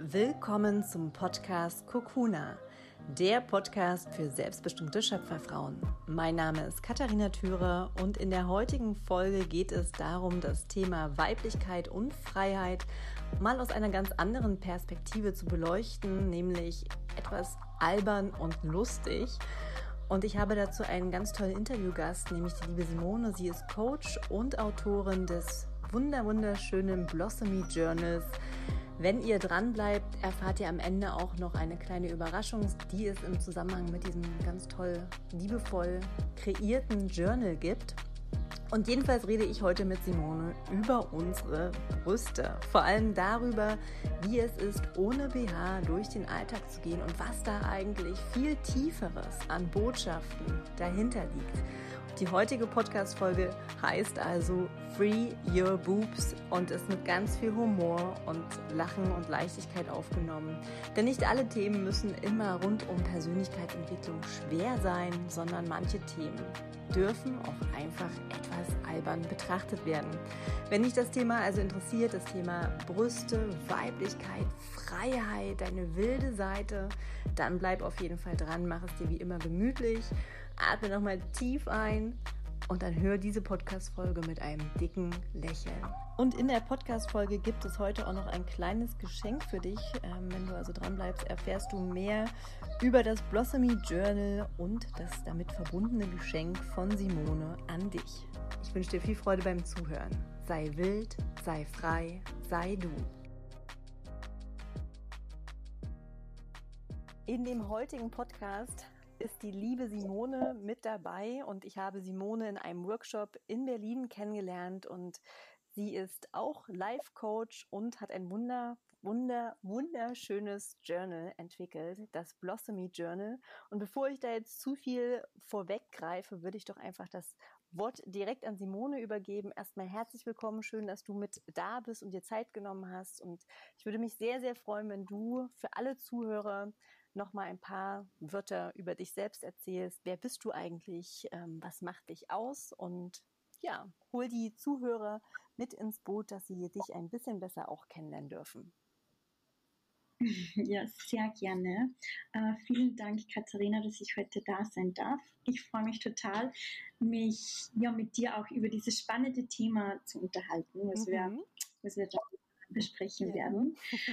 Willkommen zum Podcast Kokuna, der Podcast für selbstbestimmte Schöpferfrauen. Mein Name ist Katharina Thürer und in der heutigen Folge geht es darum, das Thema Weiblichkeit und Freiheit mal aus einer ganz anderen Perspektive zu beleuchten, nämlich etwas albern und lustig. Und ich habe dazu einen ganz tollen Interviewgast, nämlich die liebe Simone. Sie ist Coach und Autorin des wunderschönen Blossomy Journals. Wenn ihr dran bleibt, erfahrt ihr am Ende auch noch eine kleine Überraschung, die es im Zusammenhang mit diesem ganz toll, liebevoll kreierten Journal gibt. Und jedenfalls rede ich heute mit Simone über unsere Brüste. Vor allem darüber, wie es ist, ohne BH durch den Alltag zu gehen und was da eigentlich viel Tieferes an Botschaften dahinter liegt. Die heutige Podcast-Folge heißt also Free Your Boobs und ist mit ganz viel Humor und Lachen und Leichtigkeit aufgenommen. Denn nicht alle Themen müssen immer rund um Persönlichkeitsentwicklung schwer sein, sondern manche Themen dürfen auch einfach etwas albern betrachtet werden. Wenn dich das Thema also interessiert, das Thema Brüste, Weiblichkeit, Freiheit, deine wilde Seite, dann bleib auf jeden Fall dran, mach es dir wie immer gemütlich, atme nochmal tief ein und dann hör diese Podcast-Folge mit einem dicken Lächeln. Und in der Podcast-Folge gibt es heute auch noch ein kleines Geschenk für dich. Wenn du also dran bleibst, erfährst du mehr über das Blossomy Journal und das damit verbundene Geschenk von Simone an dich. Ich wünsche dir viel Freude beim Zuhören. Sei wild, sei frei, sei du. In dem heutigen Podcast ist die liebe Simone mit dabei und ich habe Simone in einem Workshop in Berlin kennengelernt und sie ist auch Life-Coach und hat ein wunderschönes Journal entwickelt, das Blossomy Journal. Und bevor ich da jetzt zu viel vorweggreife, würde ich doch einfach das Wort direkt an Simone übergeben. Erstmal herzlich willkommen, schön, dass du mit da bist und dir Zeit genommen hast. Und ich würde mich sehr freuen, wenn du für alle Zuhörer noch mal ein paar Wörter über dich selbst erzählst. Wer bist du eigentlich? Was macht dich aus? Und ja, hol die Zuhörer mit ins Boot, dass sie dich ein bisschen besser auch kennenlernen dürfen. Ja, sehr gerne. Vielen Dank, Katharina, dass ich heute da sein darf. Ich freue mich total, mich mit dir auch über dieses spannende Thema zu unterhalten, was wir da besprechen werden.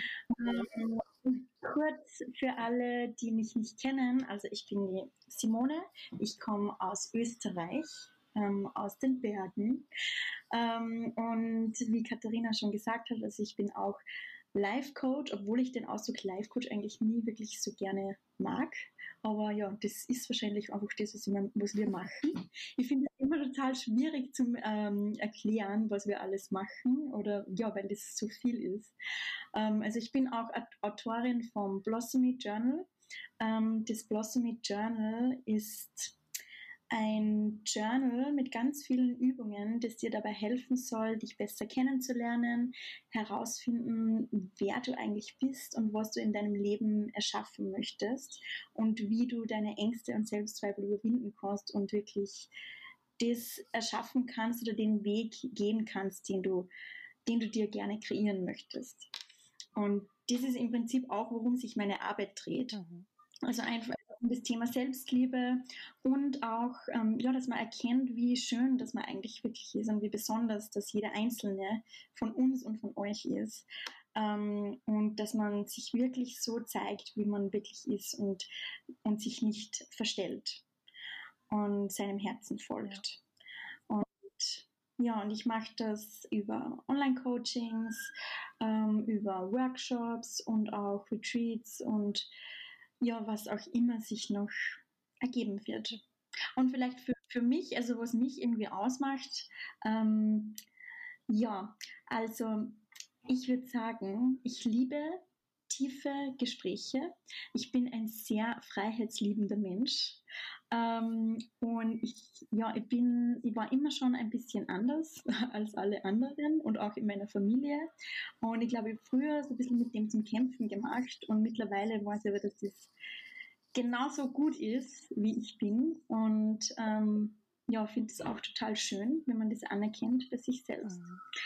Kurz für alle, die mich nicht kennen, also ich bin die Simone, ich komme aus Österreich, aus den Bergen und wie Katharina schon gesagt hat, also ich bin auch Life-Coach, obwohl ich den Ausdruck Life-Coach eigentlich nie wirklich so gerne mag. Aber ja, das ist wahrscheinlich einfach das, was wir machen. Ich finde es immer total schwierig zu erklären, was wir alles machen oder ja, weil das so viel ist. Also ich bin auch Autorin vom Blossomy Journal. Das Blossomy Journal ist ein Journal mit ganz vielen Übungen, das dir dabei helfen soll, dich besser kennenzulernen, herausfinden, wer du eigentlich bist und was du in deinem Leben erschaffen möchtest und wie du deine Ängste und Selbstzweifel überwinden kannst und wirklich das erschaffen kannst oder den Weg gehen kannst, den du dir gerne kreieren möchtest. Und das ist im Prinzip auch, worum sich meine Arbeit dreht. Also einfach um das Thema Selbstliebe und auch, dass man erkennt, wie schön, dass man eigentlich wirklich ist und wie besonders, dass jeder Einzelne von uns und von euch ist. Und dass man sich wirklich so zeigt, wie man wirklich ist und sich nicht verstellt und seinem Herzen folgt. Und ich mache das über Online-Coachings, über Workshops und auch Retreats und ja, was auch immer sich noch ergeben wird. Und vielleicht für mich, also was mich irgendwie ausmacht, also ich würde sagen, ich liebe tiefe Gespräche. Ich bin ein sehr freiheitsliebender Mensch. Und ich war immer schon ein bisschen anders als alle anderen und auch in meiner Familie. Und ich glaube, ich habe früher so ein bisschen mit dem zum Kämpfen gemacht und mittlerweile weiß ich aber, dass das genauso gut ist, wie ich bin. Und finde es auch total schön, wenn man das anerkennt bei sich selbst.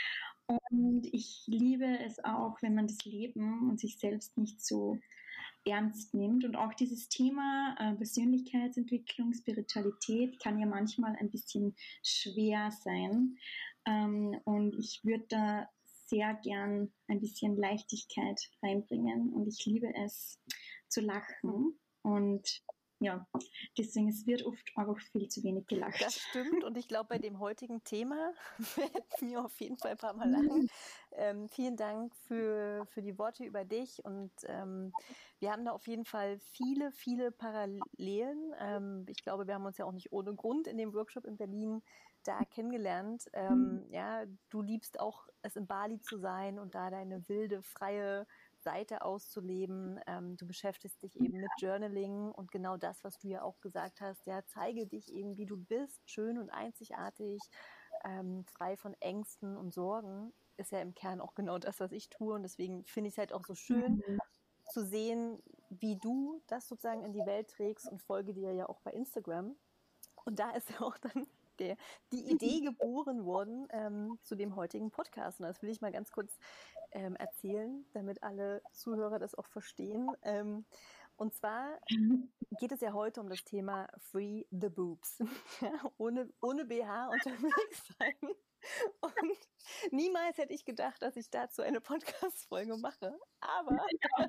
Und ich liebe es auch, wenn man das Leben und sich selbst nicht so ernst nimmt. Und auch dieses Thema Persönlichkeitsentwicklung, Spiritualität kann ja manchmal ein bisschen schwer sein. Und ich würde da sehr gern ein bisschen Leichtigkeit reinbringen. Und ich liebe es zu lachen. Und ja, deswegen, es wird oft einfach viel zu wenig gelacht. Das stimmt, und ich glaube, bei dem heutigen Thema werden wir auf jeden Fall ein paar Mal lachen. Vielen Dank für die Worte über dich, und wir haben da auf jeden Fall viele, viele Parallelen. Ich glaube, wir haben uns ja auch nicht ohne Grund in dem Workshop in Berlin da kennengelernt. Ja, du liebst auch es, in Bali zu sein und da deine wilde, freie Seite auszuleben. Du beschäftigst dich eben mit Journaling und genau das, was du ja auch gesagt hast, ja, zeige dich eben, wie du bist, schön und einzigartig, frei von Ängsten und Sorgen, ist ja im Kern auch genau das, was ich tue, und deswegen finde ich es halt auch so schön zu sehen, wie du das sozusagen in die Welt trägst, und folge dir ja auch bei Instagram. Und da ist ja auch dann die Idee geboren worden zu dem heutigen Podcast. Und das will ich mal ganz kurz erzählen, damit alle Zuhörer das auch verstehen. Und zwar geht es ja heute um das Thema Free the Boobs. Ja, ohne BH unterwegs sein. Und niemals hätte ich gedacht, dass ich dazu eine Podcast-Folge mache. Aber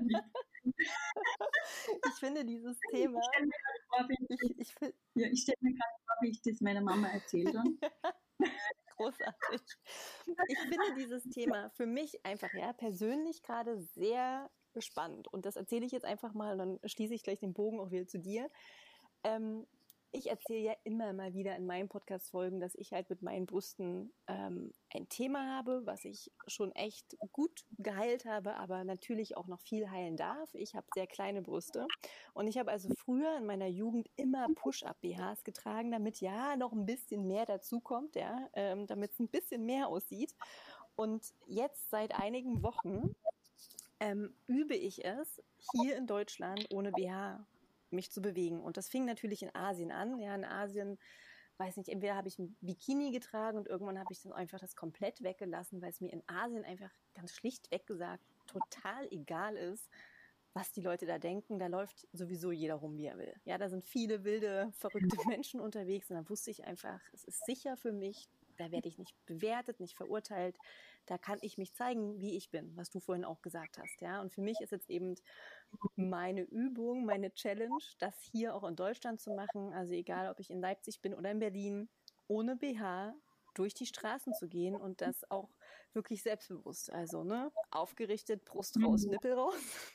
ich finde dieses Thema... Ich stelle mir gerade vor, wie ich das meiner Mama erzählt habe. Großartig. Ich finde dieses Thema für mich einfach persönlich gerade sehr spannend. Und das erzähle ich jetzt einfach mal, und dann schließe ich gleich den Bogen auch wieder zu dir. Ich erzähle ja immer mal wieder in meinen Podcast-Folgen, dass ich halt mit meinen Brüsten ein Thema habe, was ich schon echt gut geheilt habe, aber natürlich auch noch viel heilen darf. Ich habe sehr kleine Brüste, und ich habe also früher in meiner Jugend immer Push-Up-BHs getragen, damit noch ein bisschen mehr dazukommt, damit es ein bisschen mehr aussieht. Und jetzt seit einigen Wochen übe ich es hier in Deutschland ohne BH mich zu bewegen. Und das fing natürlich in Asien an. Ja, in Asien, weiß nicht, entweder habe ich ein Bikini getragen und irgendwann habe ich dann einfach das komplett weggelassen, weil es mir in Asien einfach ganz schlichtweg gesagt total egal ist, was die Leute da denken. Da läuft sowieso jeder rum, wie er will. Ja, da sind viele wilde, verrückte Menschen unterwegs, und dann wusste ich einfach, es ist sicher für mich. Da werde ich nicht bewertet, nicht verurteilt. Da kann ich mich zeigen, wie ich bin, was du vorhin auch gesagt hast. Ja? Und für mich ist jetzt eben meine Übung, meine Challenge, das hier auch in Deutschland zu machen. Also egal, ob ich in Leipzig bin oder in Berlin, ohne BH durch die Straßen zu gehen, und das auch wirklich selbstbewusst. Also aufgerichtet, Brust raus, Nippel raus.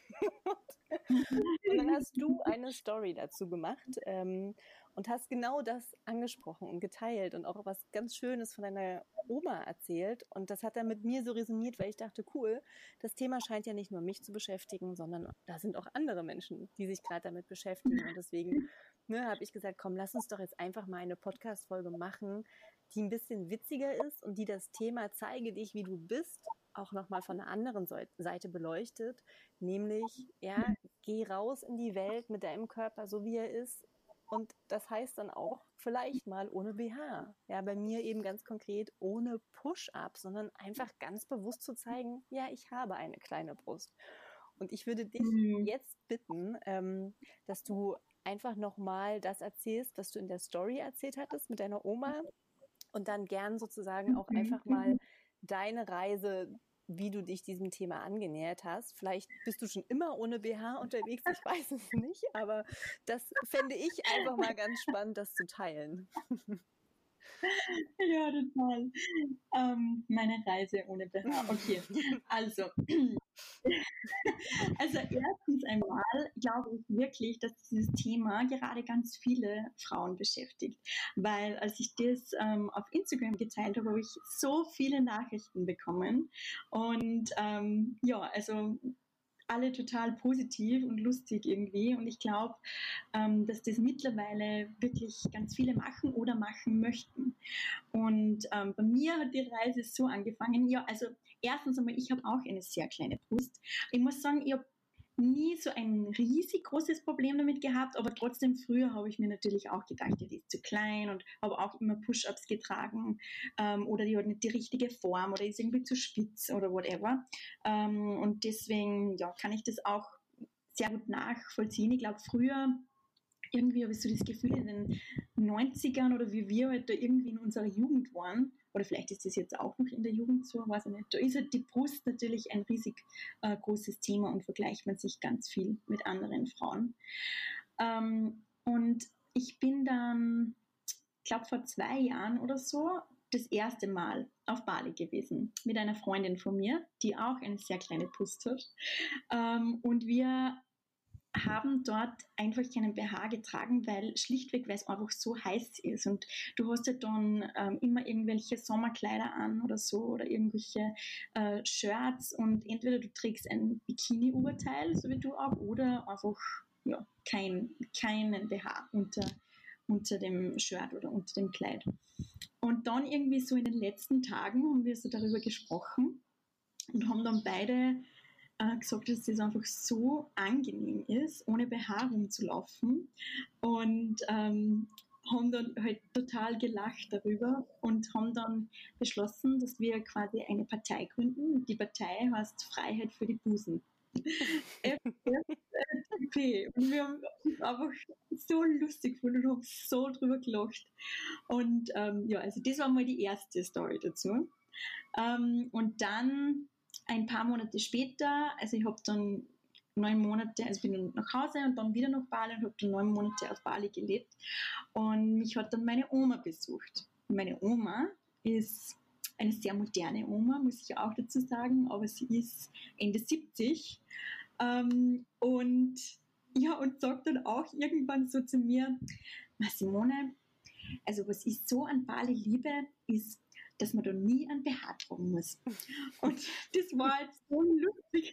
Und dann hast du eine Story dazu gemacht und hast genau das angesprochen und geteilt und auch was ganz Schönes von deiner Oma erzählt. Und das hat dann mit mir so resoniert, weil ich dachte, cool, das Thema scheint ja nicht nur mich zu beschäftigen, sondern da sind auch andere Menschen, die sich gerade damit beschäftigen. Und deswegen habe ich gesagt, komm, lass uns doch jetzt einfach mal eine Podcast-Folge machen, die ein bisschen witziger ist und die das Thema "Zeige dich, wie du bist" auch nochmal von einer anderen Seite beleuchtet, nämlich, geh raus in die Welt mit deinem Körper, so wie er ist, und das heißt dann auch vielleicht mal ohne BH. Ja, bei mir eben ganz konkret ohne Push-Up, sondern einfach ganz bewusst zu zeigen, ja, ich habe eine kleine Brust. Und ich würde dich jetzt bitten, dass du einfach nochmal das erzählst, was du in der Story erzählt hattest mit deiner Oma, und dann gern sozusagen auch einfach mal deine Reise, wie du dich diesem Thema angenähert hast. Vielleicht bist du schon immer ohne BH unterwegs, ich weiß es nicht, aber das fände ich einfach mal ganz spannend, das zu teilen. Ja, total. Meine Reise ohne BH. Okay, also erstens einmal glaube ich wirklich, dass dieses Thema gerade ganz viele Frauen beschäftigt, weil als ich das auf Instagram geteilt habe ich so viele Nachrichten bekommen, und also alle total positiv und lustig irgendwie, und ich glaube, dass das mittlerweile wirklich ganz viele machen oder machen möchten. Und bei mir hat die Reise so angefangen, also erstens einmal, ich habe auch eine sehr kleine Brust. Ich muss sagen, ich habe nie so ein riesig großes Problem damit gehabt, aber trotzdem früher habe ich mir natürlich auch gedacht, ja, die ist zu klein und habe auch immer Push-Ups getragen oder die hat nicht die richtige Form oder ist irgendwie zu spitz oder whatever. Und deswegen ja, kann ich das auch sehr gut nachvollziehen. Ich glaube, früher irgendwie habe ich so das Gefühl, in den 90ern oder wie wir halt da irgendwie in unserer Jugend waren, oder vielleicht ist das jetzt auch noch in der Jugend so, weiß ich nicht, da ist halt die Brust natürlich ein riesig großes Thema und vergleicht man sich ganz viel mit anderen Frauen. Und ich bin dann, ich glaube vor 2 Jahren oder so, das erste Mal auf Bali gewesen mit einer Freundin von mir, die auch eine sehr kleine Brust hat. Und wir haben dort einfach keinen BH getragen, weil schlichtweg, weil es einfach so heiß ist. Und du hast ja dann immer irgendwelche Sommerkleider an oder so oder irgendwelche Shirts und entweder du trägst ein Bikini-Oberteil, so wie du auch, oder einfach ja, keinen BH unter dem Shirt oder unter dem Kleid. Und dann irgendwie so in den letzten Tagen haben wir so darüber gesprochen und haben dann beide gesagt, dass das einfach so angenehm ist, ohne BH rumzulaufen und haben dann halt total gelacht darüber und haben dann beschlossen, dass wir quasi eine Partei gründen. Die Partei heißt Freiheit für die Busen. FFP. Und wir haben es einfach so lustig gefunden und haben so drüber gelacht. Und ja, also das war mal die erste Story dazu. Und dann ein paar Monate später, also ich habe dann 9 Monate, also bin dann nach Hause und dann wieder nach Bali und habe dann 9 Monate auf Bali gelebt. Und mich hat dann meine Oma besucht. Und meine Oma ist eine sehr moderne Oma, muss ich auch dazu sagen, aber sie ist Ende 70. Und ja, und sagt dann auch irgendwann so zu mir, Simone, also was ich so an Bali liebe, ist, dass man da nie ein BH tragen muss. Und das war halt so lustig.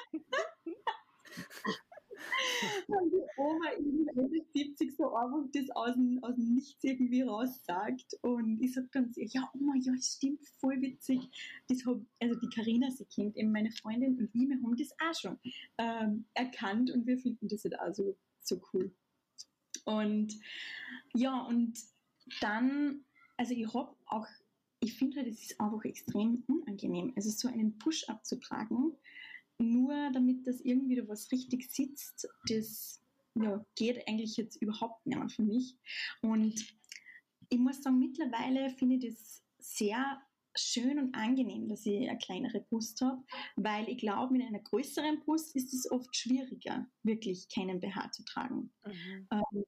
Und die Oma in Ende 70 so einfach das aus dem Nichts irgendwie raussagt. Und ich sage dann so, ja Oma, ja stimmt, voll witzig. Also die Carina, sie kennt eben meine Freundin und wir haben das auch schon erkannt und wir finden das halt auch so cool. Und ja, und dann, also ich finde halt, es ist einfach extrem unangenehm. Also so einen Push-Up zu tragen, nur damit das irgendwie da was richtig sitzt, das ja, geht eigentlich jetzt überhaupt nicht mehr für mich. Und ich muss sagen, mittlerweile finde ich das sehr schön und angenehm, dass ich eine kleinere Brust habe, weil ich glaube, mit einer größeren Brust ist es oft schwieriger, wirklich keinen BH zu tragen. Mhm.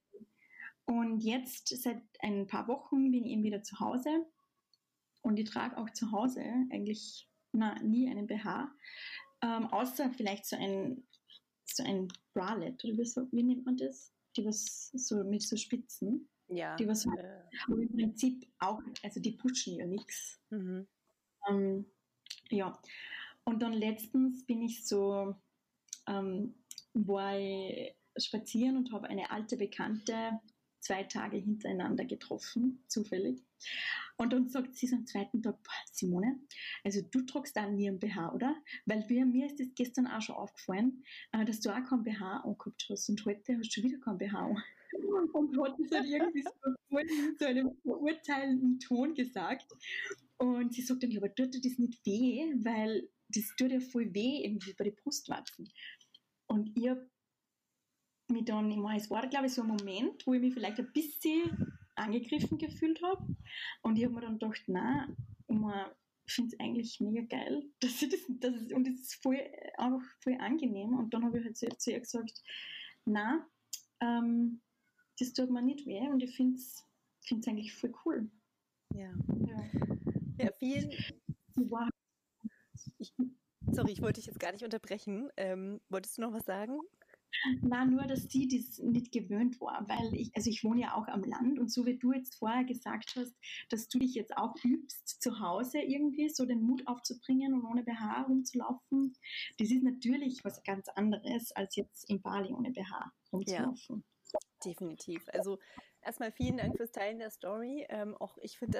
Und jetzt, seit ein paar Wochen, bin ich eben wieder zu Hause und ich trage auch zu Hause eigentlich nie einen BH, außer vielleicht so ein Bralette, oder wie nennt man das? Die was so mit so Spitzen. Ja. Die was aber im Prinzip auch, also die pushen ja nichts. Mhm. Ja. Und dann letztens bin ich so, war ich spazieren und habe eine alte Bekannte 2 Tage hintereinander getroffen, zufällig. Und dann sagt sie so am zweiten Tag, Simone, also du tragst auch nie einen BH, oder? Weil mir ist das gestern auch schon aufgefallen, dass du auch keinen BH angehabt hast und heute hast du schon wieder keinen BH an. Und hat das halt irgendwie so in so einem verurteilenden Ton gesagt. Und sie sagt dann, ja, aber tut dir das nicht weh? Weil das tut ja voll weh irgendwie bei den Brustwarzen. Und ich habe mich dann, es war glaube ich so ein Moment, wo ich mich vielleicht ein bisschen angegriffen gefühlt habe. Und ich habe mir dann gedacht, nein, ich finde es eigentlich mega geil, dass ich und es ist einfach voll angenehm. Und dann habe ich halt zu ihr gesagt, nein, das tut mir nicht weh und ich finde es eigentlich voll cool. Ja, vielen. Sorry, ich wollte dich jetzt gar nicht unterbrechen. Wolltest du noch was sagen? Nein, nur, dass sie das nicht gewöhnt war, weil ich wohne ja auch am Land und so wie du jetzt vorher gesagt hast, dass du dich jetzt auch übst, zu Hause irgendwie so den Mut aufzubringen und ohne BH rumzulaufen, das ist natürlich was ganz anderes, als jetzt in Bali ohne BH rumzulaufen. Ja, definitiv. Also erstmal vielen Dank fürs Teilen der Story. Auch ich finde das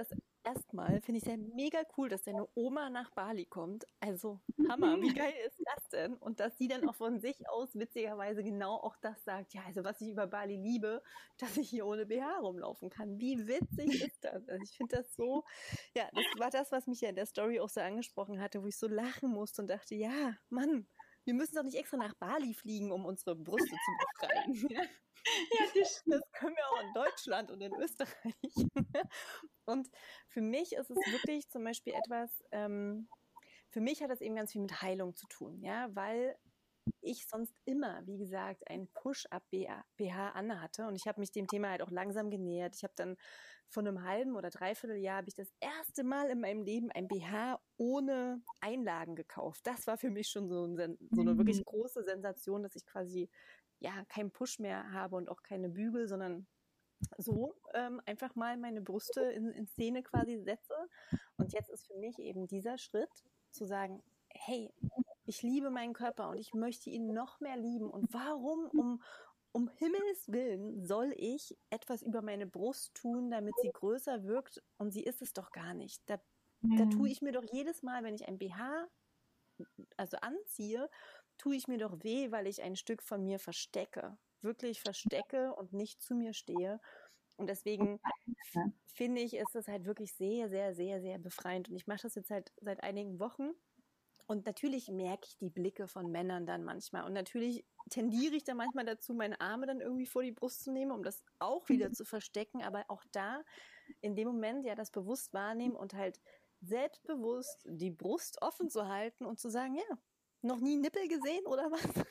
erstmal finde ich es ja mega cool, dass deine Oma nach Bali kommt. Also Hammer, wie geil ist das denn? Und dass sie dann auch von sich aus witzigerweise genau auch das sagt. Ja, also was ich über Bali liebe, dass ich hier ohne BH rumlaufen kann. Wie witzig ist das? Also ich finde das so, ja, das war das, was mich ja in der Story auch so angesprochen hatte, wo ich so lachen musste und dachte, ja, Mann, wir müssen doch nicht extra nach Bali fliegen, um unsere Brüste zu befreien. Ja, das Das können wir auch in Deutschland und in Österreich. Und für mich ist es wirklich zum Beispiel etwas, für mich hat das eben ganz viel mit Heilung zu tun, ja, weil ich sonst immer, wie gesagt, einen Push-Up-BH anhatte und ich habe mich dem Thema halt auch langsam genähert. Ich habe dann vor einem halben oder dreiviertel Jahr habe ich das erste Mal in meinem Leben ein BH ohne Einlagen gekauft. Das war für mich schon so eine wirklich große Sensation, dass ich quasi ja keinen Push mehr habe und auch keine Bügel, sondern so einfach mal meine Brüste in Szene quasi setze. Und jetzt ist für mich eben dieser Schritt zu sagen, hey, ich liebe meinen Körper und ich möchte ihn noch mehr lieben. Und warum um Himmels Willen soll ich etwas über meine Brust tun, damit sie größer wirkt? Und sie ist es doch gar nicht. Da tue ich mir doch jedes Mal, wenn ich ein BH also anziehe, tue ich mir doch weh, weil ich ein Stück von mir verstecke. Wirklich verstecke und nicht zu mir stehe. Und deswegen finde ich, ist das halt wirklich sehr, sehr, sehr, sehr befreiend. Und ich mache das jetzt halt seit einigen Wochen. Und natürlich merke ich die Blicke von Männern dann manchmal. Und natürlich tendiere ich dann manchmal dazu, meine Arme dann irgendwie vor die Brust zu nehmen, um das auch wieder zu verstecken. Aber auch da in dem Moment ja das bewusst wahrnehmen und halt selbstbewusst die Brust offen zu halten und zu sagen, ja, noch nie Nippel gesehen oder was?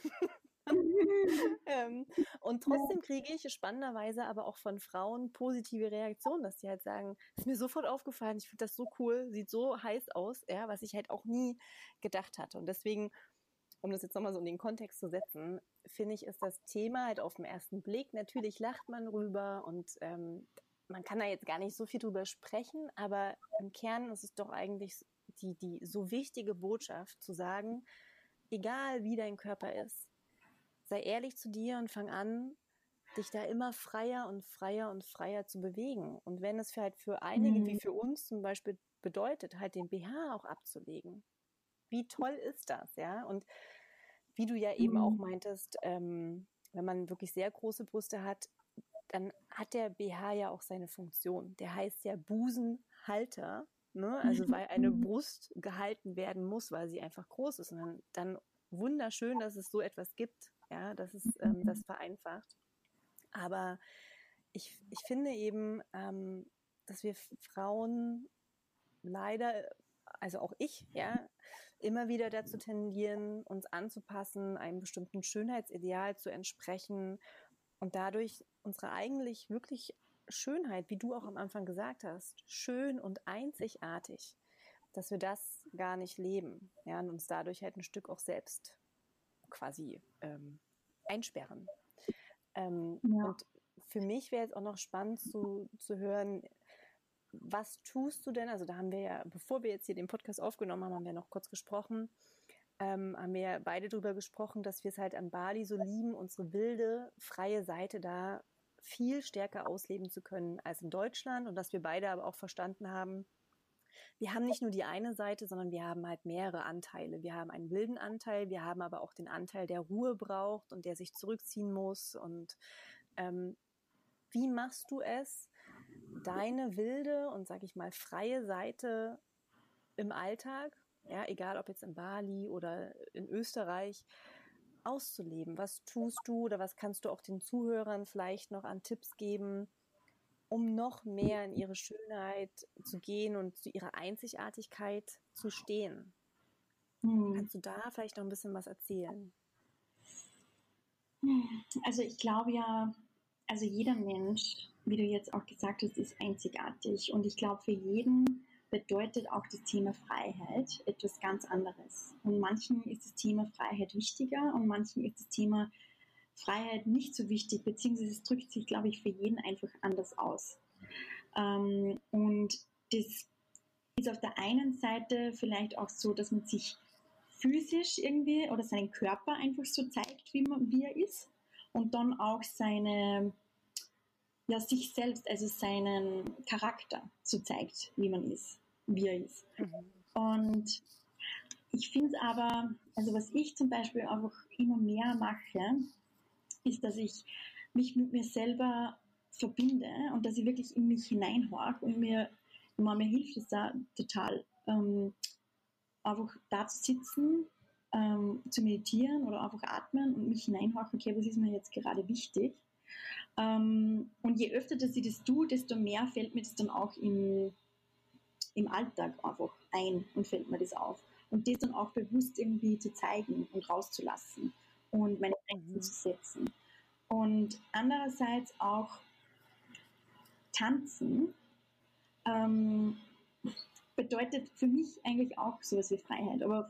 Und trotzdem kriege ich spannenderweise aber auch von Frauen positive Reaktionen, dass die halt sagen, ist mir sofort aufgefallen, ich finde das so cool, sieht so heiß aus, ja, was ich halt auch nie gedacht hatte. Und deswegen, um das jetzt nochmal so in den Kontext zu setzen, finde ich, ist das Thema halt auf den ersten Blick, natürlich lacht man rüber und man kann da jetzt gar nicht so viel drüber sprechen, aber im Kern ist es doch eigentlich die so wichtige Botschaft zu sagen, egal wie dein Körper ist, sei ehrlich zu dir und fang an, dich da immer freier und freier und freier zu bewegen. Und wenn es halt für einige, wie für uns zum Beispiel bedeutet, halt den BH auch abzulegen. Wie toll ist das, ja? Und wie du ja eben auch meintest, wenn man wirklich sehr große Brüste hat, dann hat der BH ja auch seine Funktion. Der heißt ja Busenhalter, ne? Also weil eine Brust gehalten werden muss, weil sie einfach groß ist. Und dann wunderschön, dass es so etwas gibt, ja, dass es das vereinfacht. Aber ich finde eben, dass wir Frauen leider, also auch ich, ja, immer wieder dazu tendieren, uns anzupassen, einem bestimmten Schönheitsideal zu entsprechen und dadurch unsere eigentlich wirklich Schönheit, wie du auch am Anfang gesagt hast, schön und einzigartig, dass wir das gar nicht leben, ja, und uns dadurch halt ein Stück auch selbst quasi einsperren. Und für mich wäre jetzt auch noch spannend zu hören, was tust du denn? Also da haben wir ja, bevor wir jetzt hier den Podcast aufgenommen haben, haben wir noch kurz gesprochen, haben wir ja beide darüber gesprochen, dass wir es halt an Bali so lieben, unsere wilde, freie Seite da viel stärker ausleben zu können als in Deutschland und dass wir beide aber auch verstanden haben, wir haben nicht nur die eine Seite, sondern wir haben halt mehrere Anteile. Wir haben einen wilden Anteil, wir haben aber auch den Anteil, der Ruhe braucht und der sich zurückziehen muss. Und wie machst du es, deine wilde und, sag ich mal, freie Seite im Alltag, ja, egal ob jetzt in Bali oder in Österreich, auszuleben? Was tust du oder was kannst du auch den Zuhörern vielleicht noch an Tipps geben, um noch mehr in ihre Schönheit zu gehen und zu ihrer Einzigartigkeit zu stehen? Kannst du da vielleicht noch ein bisschen was erzählen? Also ich glaube ja, also jeder Mensch, wie du jetzt auch gesagt hast, ist einzigartig. Und ich glaube, für jeden bedeutet auch das Thema Freiheit etwas ganz anderes. Und manchen ist das Thema Freiheit wichtiger und manchen ist das Thema Freiheit nicht so wichtig, beziehungsweise es drückt sich, glaube ich, für jeden einfach anders aus. Und das ist auf der einen Seite vielleicht auch so, dass man sich physisch irgendwie oder seinen Körper einfach so zeigt, wie er ist und dann auch seine ja, sich selbst, also seinen Charakter so zeigt, wie er ist. Und ich finde aber, also was ich zum Beispiel einfach immer mehr mache, ist, dass ich mich mit mir selber verbinde und dass ich wirklich in mich hineinhorche und mir hilft es da total, einfach da zu sitzen, zu meditieren oder einfach atmen und mich hineinhorchen, okay, was ist mir jetzt gerade wichtig? Und je öfter, dass ich das tue, desto mehr fällt mir das dann auch im Alltag einfach ein und fällt mir das auf. Und das dann auch bewusst irgendwie zu zeigen und rauszulassen und meine Grenzen zu setzen. Und andererseits auch tanzen bedeutet für mich eigentlich auch sowas wie Freiheit. Aber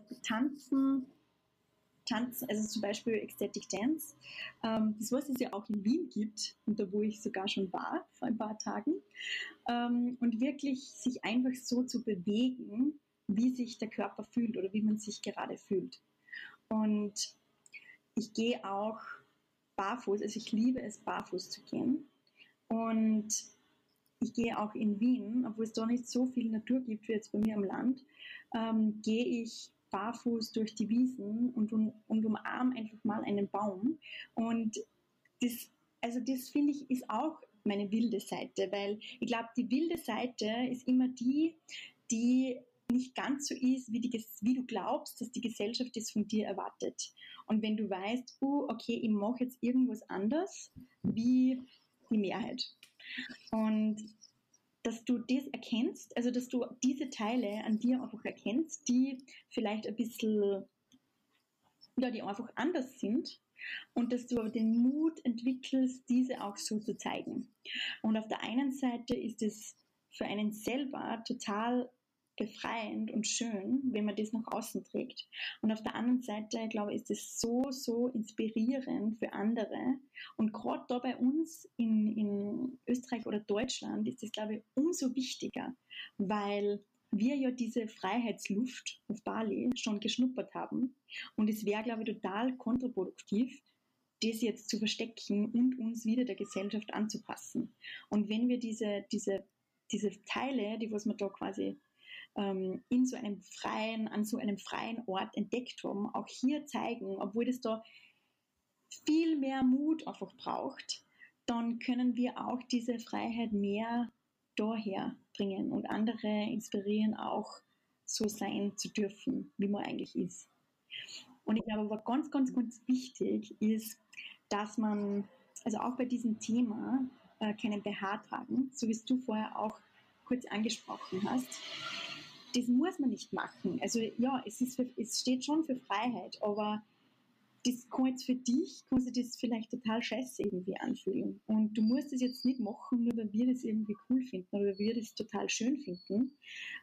Tanzen, also zum Beispiel Ecstatic Dance, das was es ja auch in Wien gibt und da wo ich sogar schon war vor ein paar Tagen, und wirklich sich einfach so zu bewegen, wie sich der Körper fühlt oder wie man sich gerade fühlt. Und ich gehe auch barfuß, also ich liebe es barfuß zu gehen und ich gehe auch in Wien, obwohl es da nicht so viel Natur gibt wie jetzt bei mir am Land, gehe ich barfuß durch die Wiesen und umarme einfach mal einen Baum. Und das finde ich ist auch meine wilde Seite, weil ich glaube, die wilde Seite ist immer die nicht ganz so ist, wie du glaubst, dass die Gesellschaft das von dir erwartet. Und wenn du weißt, okay, ich mache jetzt irgendwas anders wie die Mehrheit. Und dass du das erkennst, also dass du diese Teile an dir einfach erkennst, die vielleicht ein bisschen, ja, die einfach anders sind und dass du aber den Mut entwickelst, diese auch so zu zeigen. Und auf der einen Seite ist es für einen selber total befreiend und schön, wenn man das nach außen trägt. Und auf der anderen Seite, glaube ich, ist es so, so inspirierend für andere. Und gerade da bei uns in Österreich oder Deutschland ist das, glaube ich, umso wichtiger, weil wir ja diese Freiheitsluft auf Bali schon geschnuppert haben. Und es wäre, glaube ich, total kontraproduktiv, das jetzt zu verstecken und uns wieder der Gesellschaft anzupassen. Und wenn wir diese Teile, die was wir da quasi an so einem freien Ort entdeckt haben, auch hier zeigen, obwohl das da viel mehr Mut einfach braucht, dann können wir auch diese Freiheit mehr daher bringen und andere inspirieren, auch so sein zu dürfen, wie man eigentlich ist. Und ich glaube, aber ganz, ganz, ganz wichtig ist, dass man, also auch bei diesem Thema, keinen BH tragen, so wie es du vorher auch kurz angesprochen hast, das muss man nicht machen. Also ja, es steht schon für Freiheit, aber das kann jetzt für dich, kann sich das vielleicht total scheiße irgendwie anfühlen. Und du musst es jetzt nicht machen, nur weil wir das irgendwie cool finden oder weil wir das total schön finden.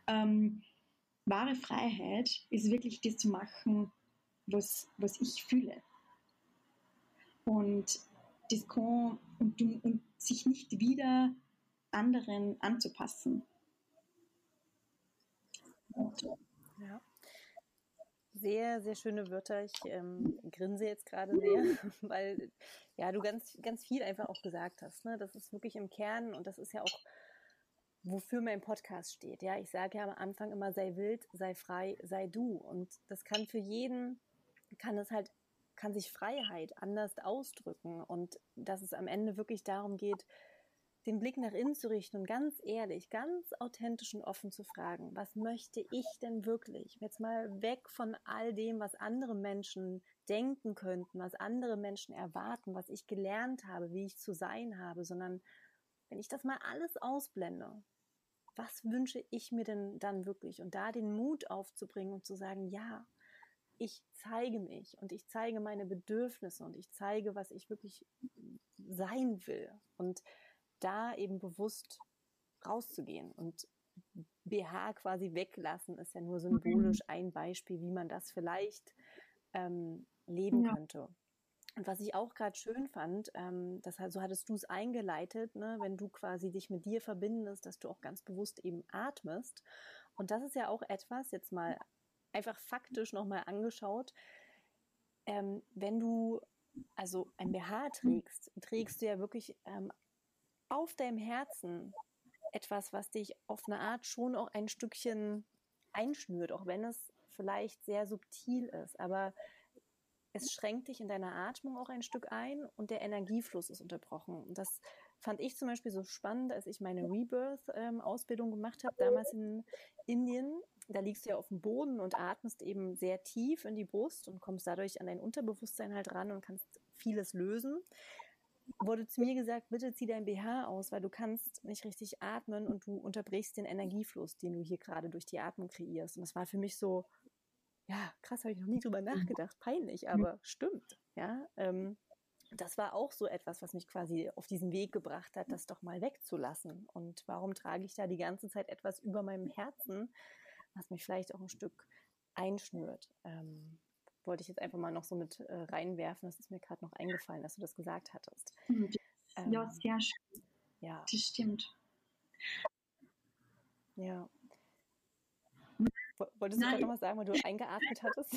Wahre Freiheit ist wirklich das zu machen, was ich fühle. Und das kann und sich nicht wieder anderen anzupassen. Ja. Sehr, sehr schöne Wörter. Ich grinse jetzt gerade sehr, weil ja, du ganz, ganz viel einfach auch gesagt hast. Ne? Das ist wirklich im Kern und das ist ja auch, wofür mein Podcast steht. Ja, ich sage ja am Anfang immer, sei wild, sei frei, sei du. Und das kann für jeden, kann sich Freiheit anders ausdrücken. Und dass es am Ende wirklich darum geht, den Blick nach innen zu richten und ganz ehrlich, ganz authentisch und offen zu fragen, was möchte ich denn wirklich? Jetzt mal weg von all dem, was andere Menschen denken könnten, was andere Menschen erwarten, was ich gelernt habe, wie ich zu sein habe, sondern wenn ich das mal alles ausblende, was wünsche ich mir denn dann wirklich? Und da den Mut aufzubringen und zu sagen, ja, ich zeige mich und ich zeige meine Bedürfnisse und ich zeige, was ich wirklich sein will. Und da eben bewusst rauszugehen und BH quasi weglassen ist ja nur symbolisch ein Beispiel, wie man das vielleicht leben könnte. Und was ich auch gerade schön fand, so hattest du es eingeleitet, ne, wenn du quasi dich mit dir verbindest, dass du auch ganz bewusst eben atmest. Und das ist ja auch etwas, jetzt mal einfach faktisch nochmal angeschaut, wenn du also ein BH trägst du ja wirklich auf deinem Herzen etwas, was dich auf eine Art schon auch ein Stückchen einschnürt, auch wenn es vielleicht sehr subtil ist, aber es schränkt dich in deiner Atmung auch ein Stück ein und der Energiefluss ist unterbrochen. Und das fand ich zum Beispiel so spannend, als ich meine Rebirth-Ausbildung gemacht habe, damals in Indien. Da liegst du ja auf dem Boden und atmest eben sehr tief in die Brust und kommst dadurch an dein Unterbewusstsein halt ran und kannst vieles lösen. Wurde zu mir gesagt, bitte zieh dein BH aus, weil du kannst nicht richtig atmen und du unterbrichst den Energiefluss, den du hier gerade durch die Atmung kreierst. Und das war für mich so, ja, krass, habe ich noch nie drüber nachgedacht, peinlich, aber stimmt, ja. Das war auch so etwas, was mich quasi auf diesen Weg gebracht hat, das doch mal wegzulassen. Und warum trage ich da die ganze Zeit etwas über meinem Herzen, was mich vielleicht auch ein Stück einschnürt? Wollte ich jetzt einfach mal noch so mit reinwerfen. Das ist mir gerade noch eingefallen, dass du das gesagt hattest. Ja, sehr schön. Ja. Das stimmt. Ja. Wolltest du gerade noch was sagen, weil du eingeatmet hattest?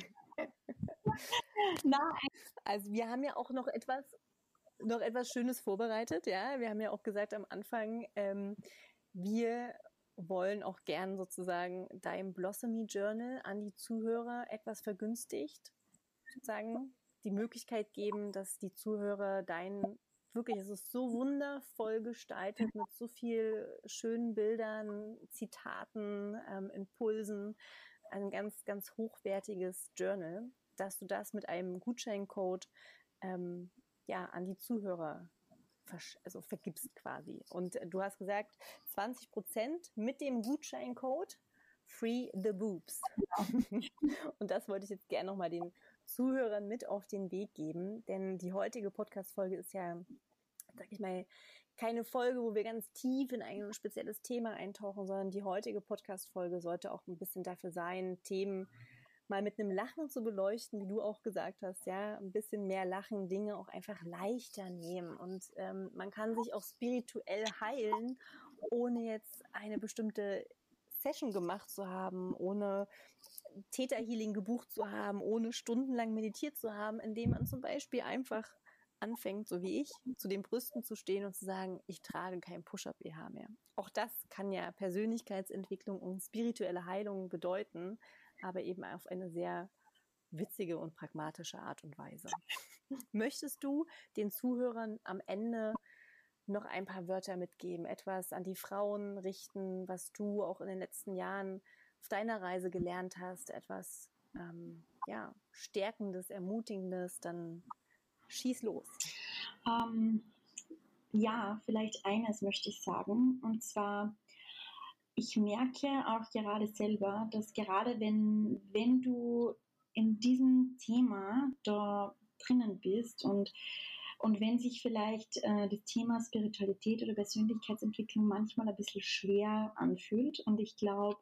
Nein. Also wir haben ja auch noch etwas Schönes vorbereitet. Ja, wir haben ja auch gesagt am Anfang, wir wollen auch gern sozusagen dein Blossomy Journal an die Zuhörer etwas vergünstigt, sozusagen die Möglichkeit geben, dass die Zuhörer wirklich, es ist so wundervoll gestaltet mit so viel schönen Bildern, Zitaten, Impulsen, ein ganz, ganz hochwertiges Journal, dass du das mit einem Gutscheincode an die Zuhörer vergibst quasi. Und du hast gesagt, 20% mit dem Gutscheincode Free the Boobs. Und das wollte ich jetzt gerne nochmal den Zuhörern mit auf den Weg geben, denn die heutige Podcast-Folge ist ja, sag ich mal, keine Folge, wo wir ganz tief in ein spezielles Thema eintauchen, sondern die heutige Podcast-Folge sollte auch ein bisschen dafür sein, Themen mal mit einem Lachen zu beleuchten, wie du auch gesagt hast, ja, ein bisschen mehr lachen, Dinge auch einfach leichter nehmen und man kann sich auch spirituell heilen, ohne jetzt eine bestimmte Session gemacht zu haben, ohne Theta Healing gebucht zu haben, ohne stundenlang meditiert zu haben, indem man zum Beispiel einfach anfängt, so wie ich, zu den Brüsten zu stehen und zu sagen, ich trage kein Push-Up-BH mehr. Auch das kann ja Persönlichkeitsentwicklung und spirituelle Heilung bedeuten, aber eben auf eine sehr witzige und pragmatische Art und Weise. Möchtest du den Zuhörern am Ende noch ein paar Wörter mitgeben, etwas an die Frauen richten, was du auch in den letzten Jahren auf deiner Reise gelernt hast, etwas Stärkendes, Ermutigendes, dann schieß los. Ja, vielleicht eines möchte ich sagen, und zwar, ich merke auch gerade selber, dass gerade wenn du in diesem Thema da drinnen bist und wenn sich vielleicht das Thema Spiritualität oder Persönlichkeitsentwicklung manchmal ein bisschen schwer anfühlt, und ich glaube,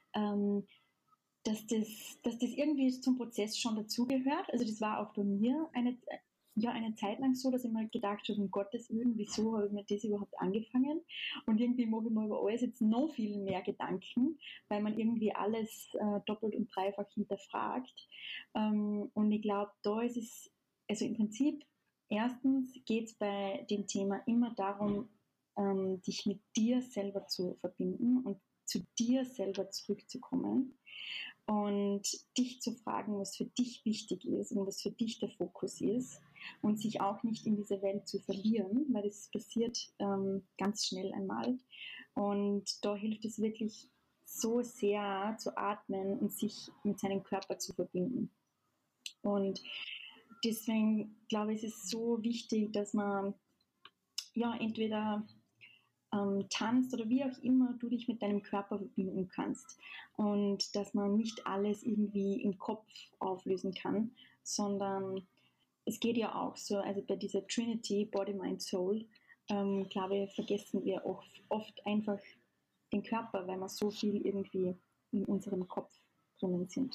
dass das irgendwie zum Prozess schon dazugehört. Also das war auch bei mir eine Zeit lang so, dass ich mal gedacht habe, um Gottes Willen, wieso habe ich mir das überhaupt angefangen? Und irgendwie mache ich mir über alles jetzt noch viel mehr Gedanken, weil man irgendwie alles doppelt und dreifach hinterfragt. Und ich glaube, da ist es, also im Prinzip, erstens geht es bei dem Thema immer darum, dich mit dir selber zu verbinden und zu dir selber zurückzukommen und dich zu fragen, was für dich wichtig ist und was für dich der Fokus ist, und sich auch nicht in diese Welt zu verlieren, weil das passiert ganz schnell einmal. Und da hilft es wirklich so sehr zu atmen und sich mit seinem Körper zu verbinden. Und deswegen glaube ich, ist es so wichtig, dass man entweder tanzt oder wie auch immer du dich mit deinem Körper verbinden kannst, und dass man nicht alles irgendwie im Kopf auflösen kann, sondern es geht ja auch so, also bei dieser Trinity, Body, Mind, Soul, glaube ich, vergessen wir oft einfach den Körper, weil wir so viel irgendwie in unserem Kopf drinnen sind.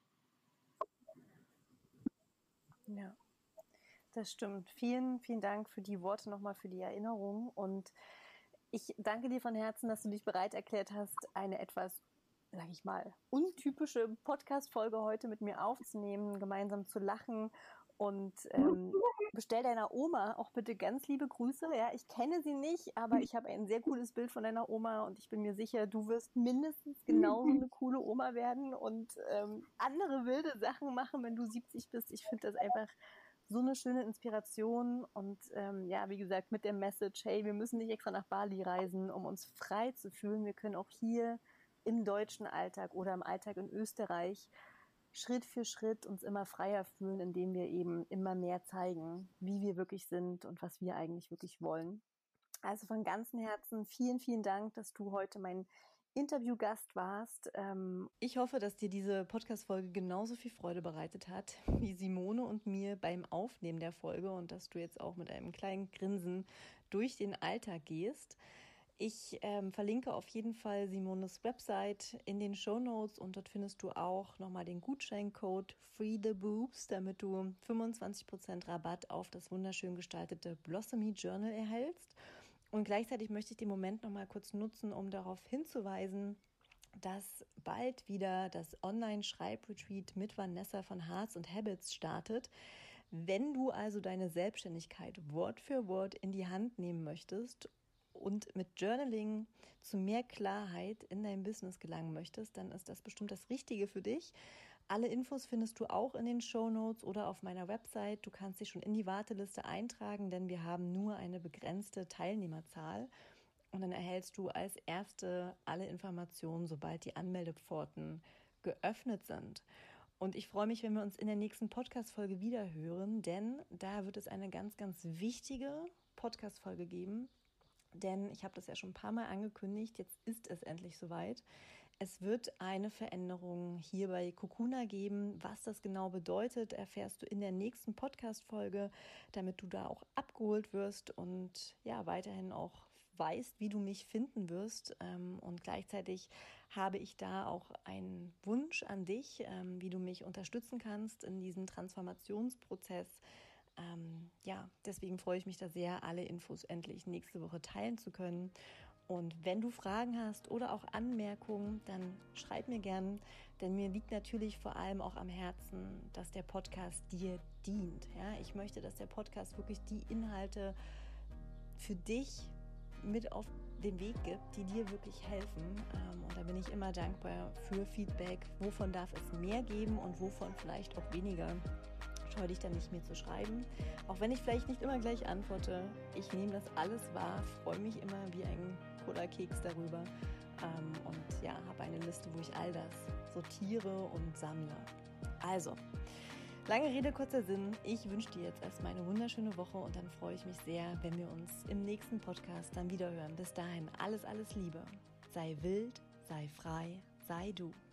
Ja, das stimmt. Vielen, vielen Dank für die Worte nochmal, für die Erinnerung, und ich danke dir von Herzen, dass du dich bereit erklärt hast, eine etwas, sag ich mal, untypische Podcast-Folge heute mit mir aufzunehmen, gemeinsam zu lachen Und bestell deiner Oma auch bitte ganz liebe Grüße. Ja, ich kenne sie nicht, aber ich habe ein sehr cooles Bild von deiner Oma und ich bin mir sicher, du wirst mindestens genauso eine coole Oma werden und andere wilde Sachen machen, wenn du 70 bist. Ich finde das einfach so eine schöne Inspiration und ja, wie gesagt, mit der Message, hey, wir müssen nicht extra nach Bali reisen, um uns frei zu fühlen. Wir können auch hier im deutschen Alltag oder im Alltag in Österreich Schritt für Schritt uns immer freier fühlen, indem wir eben immer mehr zeigen, wie wir wirklich sind und was wir eigentlich wirklich wollen. Also von ganzem Herzen vielen, vielen Dank, dass du heute mein Interviewgast warst. Ich hoffe, dass dir diese Podcast-Folge genauso viel Freude bereitet hat wie Simone und mir beim Aufnehmen der Folge und dass du jetzt auch mit einem kleinen Grinsen durch den Alltag gehst. Ich verlinke auf jeden Fall Simones Website in den Shownotes und dort findest du auch nochmal den Gutscheincode FreeTheBoobs, damit du 25% Rabatt auf das wunderschön gestaltete Blossomy Journal erhältst. Und gleichzeitig möchte ich den Moment nochmal kurz nutzen, um darauf hinzuweisen, dass bald wieder das Online-Schreibretreat mit Vanessa von Hearts and Habits startet. Wenn du also deine Selbstständigkeit Wort für Wort in die Hand nehmen möchtest und mit Journaling zu mehr Klarheit in dein Business gelangen möchtest, dann ist das bestimmt das Richtige für dich. Alle Infos findest du auch in den Shownotes oder auf meiner Website. Du kannst dich schon in die Warteliste eintragen, denn wir haben nur eine begrenzte Teilnehmerzahl. Und dann erhältst du als Erste alle Informationen, sobald die Anmeldepforten geöffnet sind. Und ich freue mich, wenn wir uns in der nächsten Podcast-Folge wieder hören, denn da wird es eine ganz, ganz wichtige Podcast-Folge geben. Denn ich habe das ja schon ein paar Mal angekündigt, jetzt ist es endlich soweit. Es wird eine Veränderung hier bei Kokuna geben. Was das genau bedeutet, erfährst du in der nächsten Podcast-Folge, damit du da auch abgeholt wirst und ja, weiterhin auch weißt, wie du mich finden wirst. Und gleichzeitig habe ich da auch einen Wunsch an dich, wie du mich unterstützen kannst in diesem Transformationsprozess. Ja, deswegen freue ich mich da sehr, alle Infos endlich nächste Woche teilen zu können. Und wenn du Fragen hast oder auch Anmerkungen, dann schreib mir gern, denn mir liegt natürlich vor allem auch am Herzen, dass der Podcast dir dient. Ja, ich möchte, dass der Podcast wirklich die Inhalte für dich mit auf den Weg gibt, die dir wirklich helfen. Und da bin ich immer dankbar für Feedback. Wovon darf es mehr geben und wovon vielleicht auch weniger? Scheu dich dann nicht mehr zu schreiben. Auch wenn ich vielleicht nicht immer gleich antworte. Ich nehme das alles wahr, freue mich immer wie ein Cola-Keks darüber. Und ja, habe eine Liste, wo ich all das sortiere und sammle. Also, lange Rede, kurzer Sinn. Ich wünsche dir jetzt erstmal eine wunderschöne Woche und dann freue ich mich sehr, wenn wir uns im nächsten Podcast dann wieder hören. Bis dahin, alles, alles Liebe. Sei wild, sei frei, sei du.